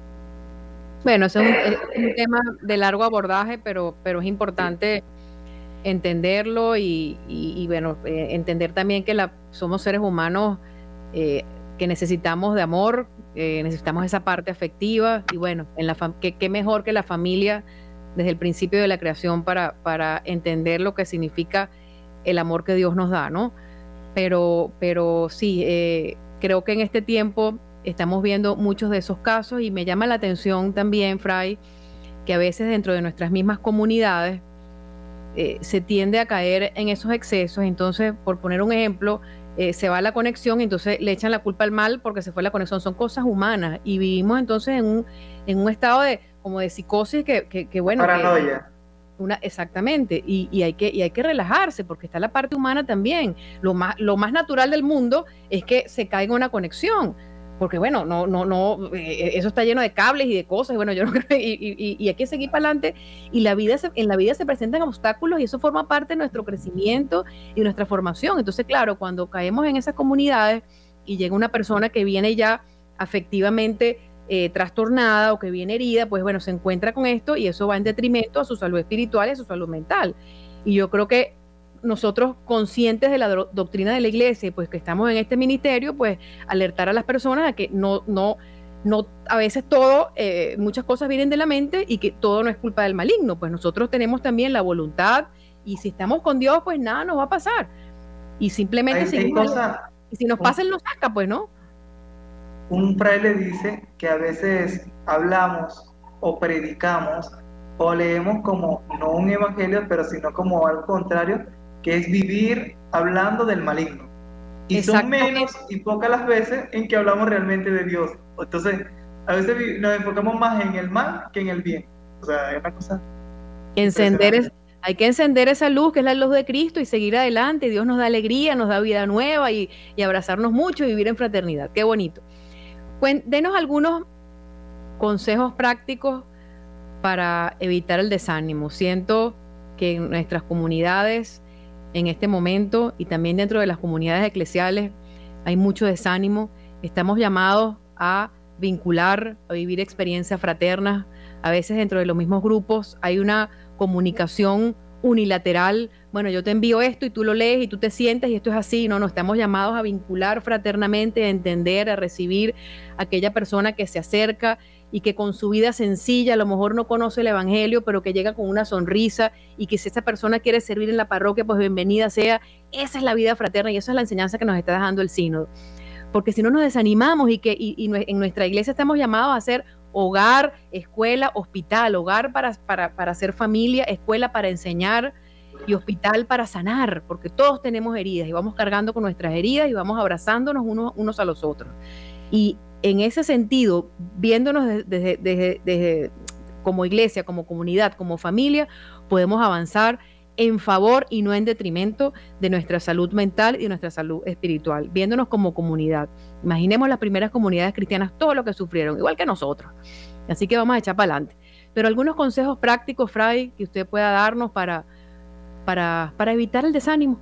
Bueno, ese es un, es un tema de largo abordaje, pero, pero es importante entenderlo y, y, y bueno, eh, entender también que la, somos seres humanos eh, que necesitamos de amor, eh, necesitamos esa parte afectiva y bueno, en la qué, qué mejor que la familia desde el principio de la creación para, para entender lo que significa el amor que Dios nos da, ¿no? Pero, pero sí, eh, creo que en este tiempo estamos viendo muchos de esos casos y me llama la atención también, Fray, que a veces dentro de nuestras mismas comunidades eh, se tiende a caer en esos excesos. Entonces, por poner un ejemplo, eh, se va la conexión, entonces le echan la culpa al mal porque se fue la conexión. Son cosas humanas y vivimos entonces en un, en un estado de como de psicosis que, que, que bueno, paranoia. Que, una, exactamente, y, y, hay que, y hay que relajarse porque está la parte humana también. Lo más, lo más natural del mundo es que se caiga una conexión, porque bueno, no, no, no, eh, eso está lleno de cables y de cosas, y bueno, yo no creo, y, y, y hay que seguir para adelante, y la vida se, en la vida se presentan obstáculos y eso forma parte de nuestro crecimiento y nuestra formación. Entonces, claro, cuando caemos en esas comunidades y llega una persona que viene ya afectivamente Eh, trastornada o que viene herida, pues bueno, se encuentra con esto y eso va en detrimento a su salud espiritual y a su salud mental. Y yo creo que nosotros, conscientes de la do doctrina de la iglesia, pues que estamos en este ministerio, pues alertar a las personas a que no, no, no, a veces todo, eh, muchas cosas vienen de la mente y que todo no es culpa del maligno, pues nosotros tenemos también la voluntad y si estamos con Dios, pues nada nos va a pasar. Y simplemente hay, hay cosa, y si nos pasa, Él nos saca, pues, ¿no? Un fraile dice que a veces hablamos o predicamos o leemos como no un evangelio, pero sino como algo contrario, que es vivir hablando del maligno. Y son menos y pocas las veces en que hablamos realmente de Dios. Entonces, a veces nos enfocamos más en el mal que en el bien. O sea, es una cosa. Encender es, hay que encender esa luz que es la luz de Cristo y seguir adelante. Dios nos da alegría, nos da vida nueva y, y abrazarnos mucho y vivir en fraternidad. Qué bonito. Denos algunos consejos prácticos para evitar el desánimo. Siento que en nuestras comunidades en este momento y también dentro de las comunidades eclesiales hay mucho desánimo. Estamos llamados a vincular, a vivir experiencias fraternas. A veces dentro de los mismos grupos hay una comunicación unilateral. Bueno, yo te envío esto y tú lo lees y tú te sientes y esto es así. No, no, estamos llamados a vincular fraternamente, a entender, a recibir a aquella persona que se acerca y que con su vida sencilla a lo mejor no conoce el evangelio, pero que llega con una sonrisa y que si esa persona quiere servir en la parroquia, pues bienvenida sea. Esa es la vida fraterna y esa es la enseñanza que nos está dejando el sínodo. Porque si no nos desanimamos y que y, y en nuestra iglesia estamos llamados a ser hogar, escuela, hospital, hogar para, para, para hacer familia, escuela para enseñar y hospital para sanar, porque todos tenemos heridas y vamos cargando con nuestras heridas y vamos abrazándonos unos, unos a los otros. Y en ese sentido, viéndonos desde, desde, desde, desde como iglesia, como comunidad, como familia, podemos avanzar en favor y no en detrimento de nuestra salud mental y de nuestra salud espiritual, viéndonos como comunidad. Imaginemos las primeras comunidades cristianas, todo lo que sufrieron, igual que nosotros. Así que vamos a echar para adelante. Pero algunos consejos prácticos, Fray, que usted pueda darnos para, para, para evitar el desánimo.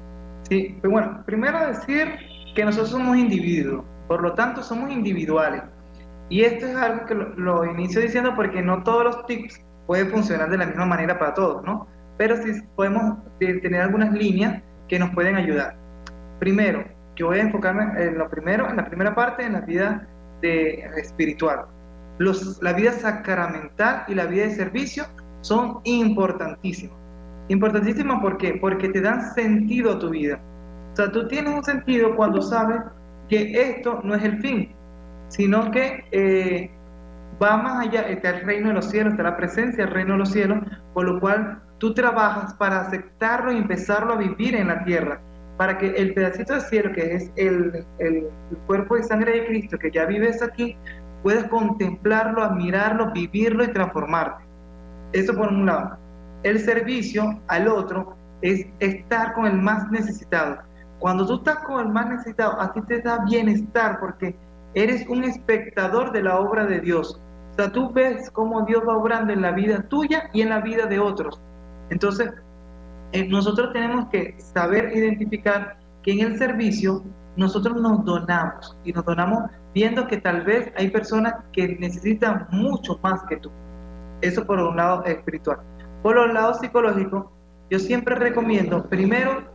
Sí, pues bueno, primero decir que nosotros somos individuos, por lo tanto somos individuales. Y esto es algo que lo, lo inicio diciendo porque no todos los tips pueden funcionar de la misma manera para todos, ¿no? Pero sí podemos tener algunas líneas que nos pueden ayudar. Primero, yo voy a enfocarme en lo primero, en la primera parte, en la vida de, espiritual. Los, la vida sacramental y la vida de servicio son importantísimas. Importantísimas, ¿por qué? Porque te dan sentido a tu vida. O sea, tú tienes un sentido cuando sabes que esto no es el fin, sino que eh, va más allá, está el reino de los cielos, está la presencia del reino de los cielos, por lo cual tú trabajas para aceptarlo y empezarlo a vivir en la tierra, para que el pedacito de cielo que es el, el, el cuerpo y sangre de Cristo que ya vives aquí, puedas contemplarlo, admirarlo, vivirlo y transformarte. Eso por un lado. El servicio al otro es estar con el más necesitado. Cuando tú estás con el más necesitado, a ti te da bienestar porque eres un espectador de la obra de Dios. O sea, tú ves cómo Dios va obrando en la vida tuya y en la vida de otros. Entonces, eh, nosotros tenemos que saber identificar que en el servicio nosotros nos donamos y nos donamos viendo que tal vez hay personas que necesitan mucho más que tú. Eso por un lado espiritual. Por los lados psicológicos, yo siempre recomiendo, primero,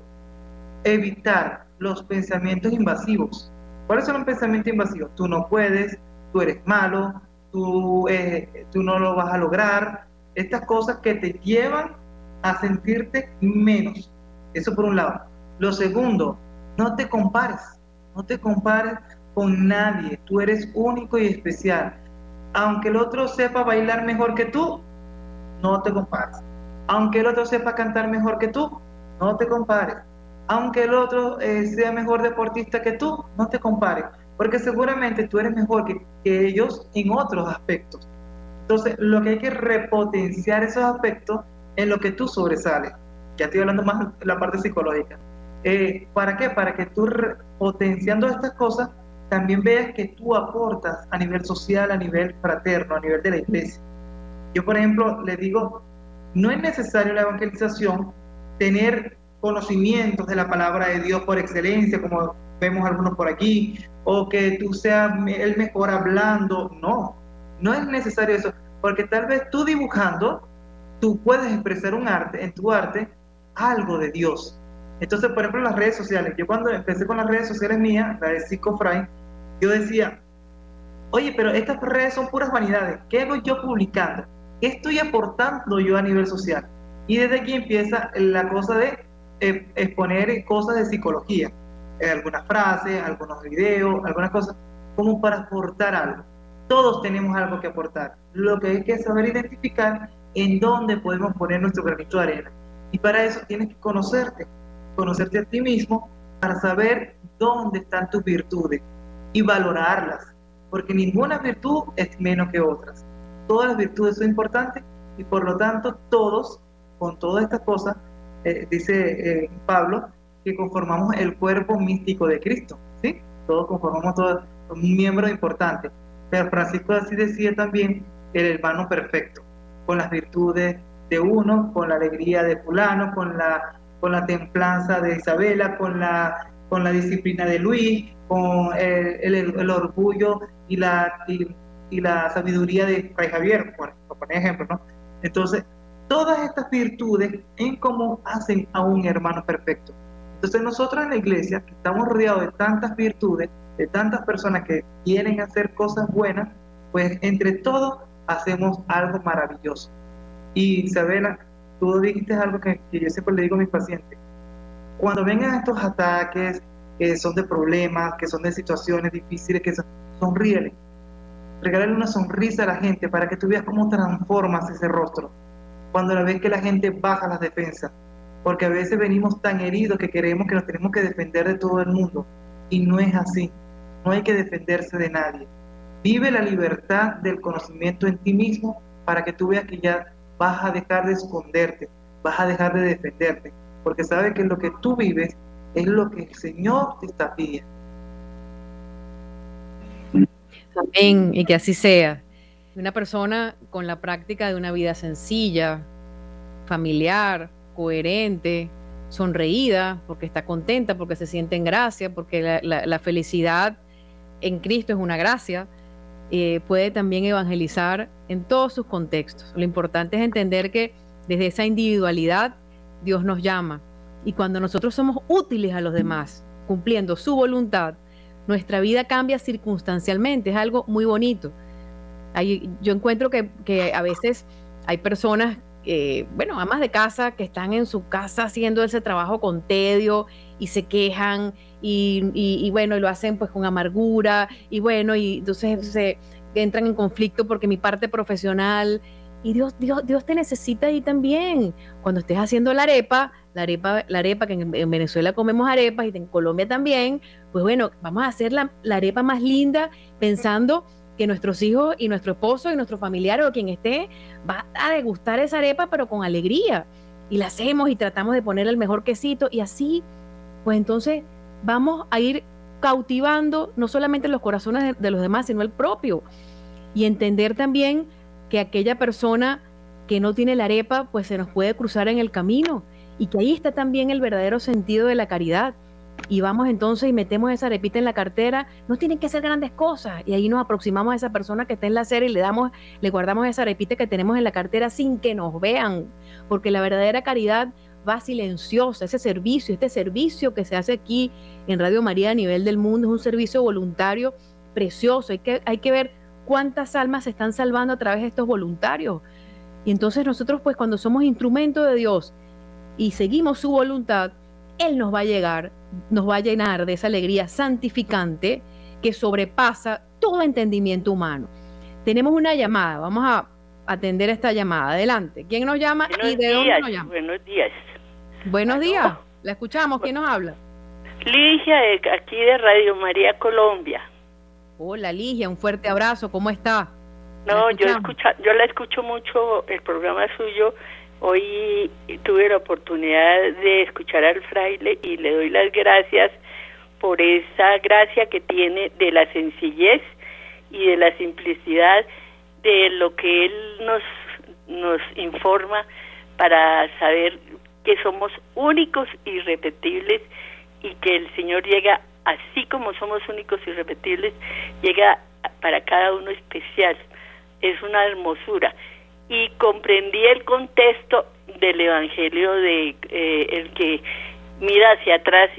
evitar los pensamientos invasivos. ¿Cuáles son los pensamientos invasivos? Tú no puedes, tú eres malo, tú, eh, tú no lo vas a lograr. Estas cosas que te llevan a sentirte menos. Eso por un lado. Lo segundo, no te compares. No te compares con nadie. Tú eres único y especial. Aunque el otro sepa bailar mejor que tú, no te compares. Aunque el otro sepa cantar mejor que tú, no te compares. Aunque el otro eh, sea mejor deportista que tú, no te compares, porque seguramente tú eres mejor que, que ellos en otros aspectos. Entonces, lo que hay que repotenciar esos aspectos en lo que tú sobresales. Ya estoy hablando más de la parte psicológica. Eh, ¿Para qué? Para que tú potenciando estas cosas, también veas que tú aportas a nivel social, a nivel fraterno, a nivel de la iglesia. Yo, por ejemplo, le digo, no es necesario la evangelización tener conocimientos de la palabra de Dios por excelencia, como vemos algunos por aquí, o que tú seas el mejor hablando. No, no es necesario eso, porque tal vez tú dibujando, tú puedes expresar un arte, en tu arte, algo de Dios. Entonces, por ejemplo, en las redes sociales, yo cuando empecé con las redes sociales mías, la de Psicofry, yo decía, oye, pero estas redes son puras vanidades, ¿qué hago yo publicando? ¿Qué estoy aportando yo a nivel social? Y desde aquí empieza la cosa de eh, exponer cosas de psicología, eh, algunas frases, algunos videos, algunas cosas, como para aportar algo. Todos tenemos algo que aportar. Lo que hay que saber identificar en dónde podemos poner nuestro granito de arena. Y para eso tienes que conocerte, conocerte a ti mismo para saber dónde están tus virtudes y valorarlas, porque ninguna virtud es menos que otras. Todas las virtudes son importantes y por lo tanto todos, con todas estas cosas, eh, dice eh, Pablo, que conformamos el cuerpo místico de Cristo, ¿sí? Todos conformamos todo, un miembro importante. Pero Francisco así decía también, el hermano perfecto, con las virtudes de uno, con la alegría de fulano, con la, con la templanza de Isabela, con la, con la disciplina de Luis, con el, el, el orgullo y la, y, y la sabiduría de Fray Javier, por, por poner ejemplo, ¿no? Entonces, todas estas virtudes en común hacen a un hermano perfecto. Entonces nosotros en la iglesia, que estamos rodeados de tantas virtudes, de tantas personas que quieren hacer cosas buenas, pues entre todos hacemos algo maravilloso. Y Isabela, tú dijiste algo que, que yo siempre le digo a mis pacientes. Cuando vengan estos ataques que son de problemas, que son de situaciones difíciles, que son, sonríele. Regálale una sonrisa a la gente para que tú veas cómo transformas ese rostro. Cuando la ves que la gente baja las defensas, porque a veces venimos tan heridos que creemos que nos tenemos que defender de todo el mundo, y no es así. No hay que defenderse de nadie. Vive la libertad del conocimiento en ti mismo para que tú veas que ya vas a dejar de esconderte, vas a dejar de defenderte, porque sabes que lo que tú vives es lo que el Señor te está pidiendo. Amén, y que así sea. Una persona con la práctica de una vida sencilla, familiar, coherente, sonreída, porque está contenta, porque se siente en gracia, porque la, la, la felicidad en Cristo es una gracia, eh, puede también evangelizar en todos sus contextos. Lo importante es entender que desde esa individualidad Dios nos llama, y cuando nosotros somos útiles a los demás, cumpliendo su voluntad, nuestra vida cambia circunstancialmente. Es algo muy bonito. Hay, yo encuentro que, que a veces hay personas, eh, bueno, amas de casa, que están en su casa haciendo ese trabajo con tedio y se quejan y, y, y bueno, y lo hacen pues con amargura y bueno, y entonces se entran en conflicto porque mi parte profesional y Dios, Dios, Dios te necesita ahí también. Cuando estés haciendo la arepa, la arepa, la arepa que en, en Venezuela comemos arepas y en Colombia también, pues bueno, vamos a hacer la, la arepa más linda pensando que nuestros hijos y nuestro esposo y nuestro familiar o quien esté va a degustar esa arepa pero con alegría. Y la hacemos y tratamos de poner el mejor quesito y así, pues entonces vamos a ir cautivando no solamente los corazones de, de los demás, sino el propio. Y entender también que aquella persona que no tiene la arepa, pues se nos puede cruzar en el camino y que ahí está también el verdadero sentido de la caridad. Y vamos entonces y metemos esa arepita en la cartera, no tienen que ser grandes cosas, y ahí nos aproximamos a esa persona que está en la acera y le damos, le guardamos esa arepita que tenemos en la cartera sin que nos vean, porque la verdadera caridad va silenciosa, ese servicio, este servicio que se hace aquí en Radio María a nivel del mundo es un servicio voluntario precioso, hay que, hay que ver cuántas almas se están salvando a través de estos voluntarios. Y entonces nosotros, pues cuando somos instrumento de Dios y seguimos su voluntad, Él nos va a llegar, nos va a llenar de esa alegría santificante que sobrepasa todo entendimiento humano. Tenemos una llamada, vamos a atender esta llamada. Adelante. ¿Quién nos llama buenos y de días, dónde nos llama? Buenos días. Buenos ¿Aló? días. La escuchamos. ¿Quién nos habla? Ligia, de aquí de Radio María Colombia. Hola, Ligia, un fuerte abrazo. ¿Cómo está? No, yo escucha, yo la escucho mucho, el programa suyo. Hoy tuve la oportunidad de escuchar al fraile y le doy las gracias por esa gracia que tiene de la sencillez y de la simplicidad de lo que él nos, nos informa para saber que somos únicos e irrepetibles y que el Señor llega, así como somos únicos e irrepetibles, llega para cada uno especial. Es una hermosura. Y comprendí el contexto del Evangelio de eh, el que mira hacia atrás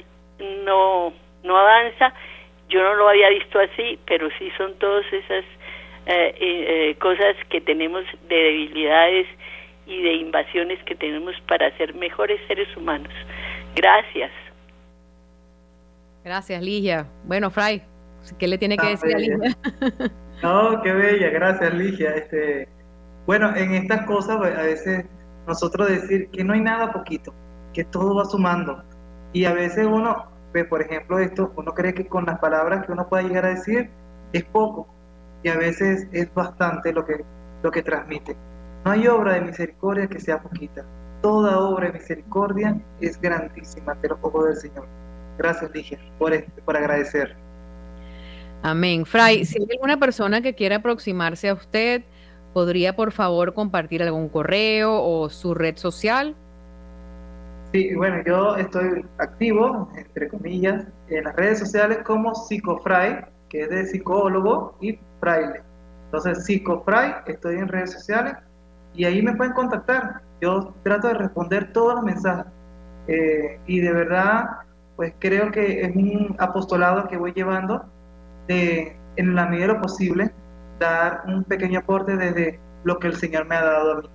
no no avanza. Yo no lo había visto así, pero sí son todas esas eh, eh, cosas que tenemos de debilidades y de invasiones que tenemos para ser mejores seres humanos. Gracias. Gracias, Ligia. Bueno, Fray, ¿qué le tiene que Ah, decir a bella. Ligia? No, qué bella, gracias Ligia. Este, bueno, en estas cosas pues, a veces nosotros decir que no hay nada poquito, que todo va sumando. Y a veces uno, ve, por ejemplo, esto, uno cree que con las palabras que uno pueda llegar a decir es poco, y a veces es bastante lo que, lo que transmite. No hay obra de misericordia que sea poquita. Toda obra de misericordia es grandísima ante los ojos del Señor. Gracias, Ligia, por, este, por agradecer. Amén. Fray, si hay alguna persona que quiera aproximarse a usted, ¿podría por favor compartir algún correo o su red social? Sí, bueno, yo estoy activo, entre comillas, en las redes sociales como Psicofray, que es de psicólogo y fraile. Entonces, Psicofray, estoy en redes sociales y ahí me pueden contactar. Yo trato de responder todos los mensajes. Eh, y de verdad, pues creo que es un apostolado que voy llevando de, en la medida de lo posible, dar un pequeño aporte desde lo que el Señor me ha dado a mí.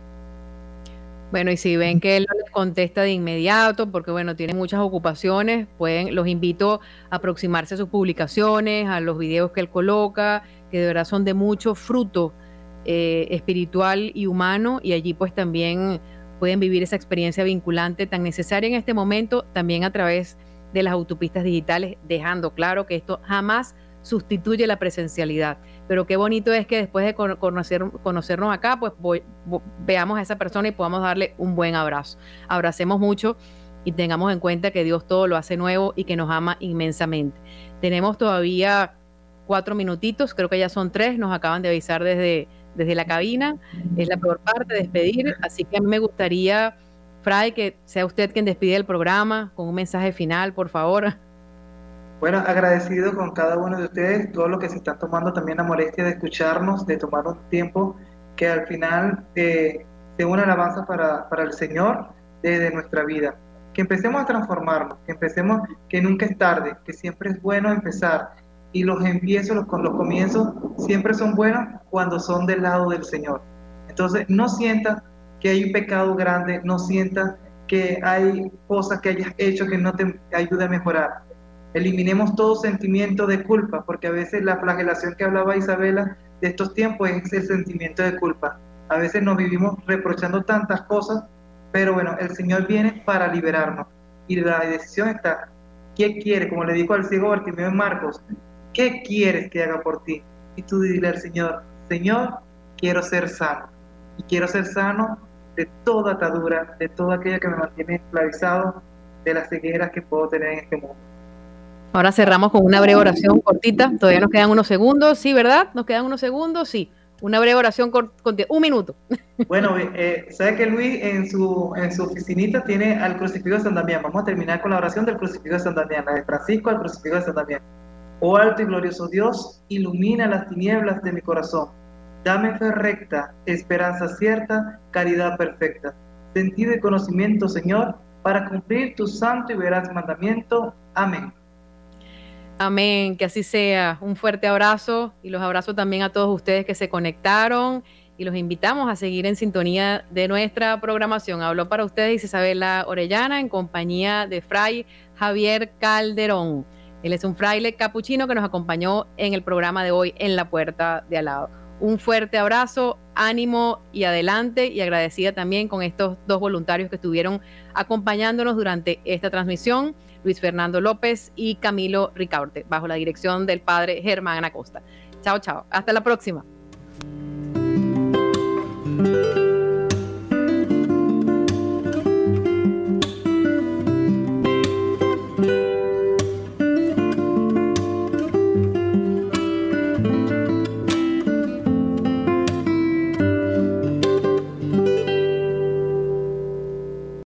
Bueno, y si ven que él no les contesta de inmediato, porque bueno, tiene muchas ocupaciones, pueden, los invito a aproximarse a sus publicaciones, a los videos que él coloca, que de verdad son de mucho fruto eh, espiritual y humano, y allí pues también pueden vivir esa experiencia vinculante tan necesaria en este momento, también a través de las autopistas digitales, dejando claro que esto jamás sustituye la presencialidad. Pero qué bonito es que después de conocer, conocernos acá, pues voy, voy, veamos a esa persona y podamos darle un buen abrazo. Abracemos mucho y tengamos en cuenta que Dios todo lo hace nuevo y que nos ama inmensamente. Tenemos todavía cuatro minutitos, creo que ya son tres, nos acaban de avisar desde, desde la cabina. Es la peor parte, despedir, así que a mí me gustaría, Fray, que sea usted quien despide el programa con un mensaje final, por favor. Bueno, agradecido con cada uno de ustedes, todos los que se están tomando también la molestia de escucharnos, de tomar un tiempo que al final eh, sea una alabanza para, para el Señor desde nuestra vida. Que empecemos a transformarnos, que empecemos, que nunca es tarde, que siempre es bueno empezar. Y los empiezos, los, los comienzos siempre son buenos cuando son del lado del Señor. Entonces, no sientas que hay un pecado grande, no sientas que hay cosas que hayas hecho que no te ayude a mejorar. Eliminemos todo sentimiento de culpa, porque a veces la flagelación que hablaba Isabela de estos tiempos es el sentimiento de culpa. A veces nos vivimos reprochando tantas cosas, pero bueno, el Señor viene para liberarnos. Y la decisión está, ¿qué quiere? Como le dijo al ciego Bartimeo en Marcos, ¿qué quieres que haga por ti? Y tú dile al Señor, Señor, quiero ser sano. Y quiero ser sano de toda atadura, de todo aquello que me mantiene esclavizado, de las cegueras que puedo tener en este mundo. Ahora cerramos con una breve oración cortita. Todavía nos quedan unos segundos, ¿sí, verdad? ¿Nos quedan unos segundos? Sí. Una breve oración cortita. Un minuto. Bueno, eh, ¿sabe que Luis en su, en su oficinita tiene al crucifijo de San Damián? Vamos a terminar con la oración del crucifijo de San Damián, la de Francisco al crucifijo de San Damián. Oh alto y glorioso Dios, ilumina las tinieblas de mi corazón. Dame fe recta, esperanza cierta, caridad perfecta, sentido y conocimiento, Señor, para cumplir tu santo y veraz mandamiento. Amén. Amén, que así sea. Un fuerte abrazo y los abrazo también a todos ustedes que se conectaron y los invitamos a seguir en sintonía de nuestra programación. Habló para ustedes Isabela Orellana en compañía de Fray Javier Calderón. Él es un fraile capuchino que nos acompañó en el programa de hoy en La Puerta de Al Lado. Un fuerte abrazo, ánimo y adelante, y agradecida también con estos dos voluntarios que estuvieron acompañándonos durante esta transmisión, Luis Fernando López y Camilo Ricaurte, bajo la dirección del padre Germán Acosta. Chao, chao. Hasta la próxima.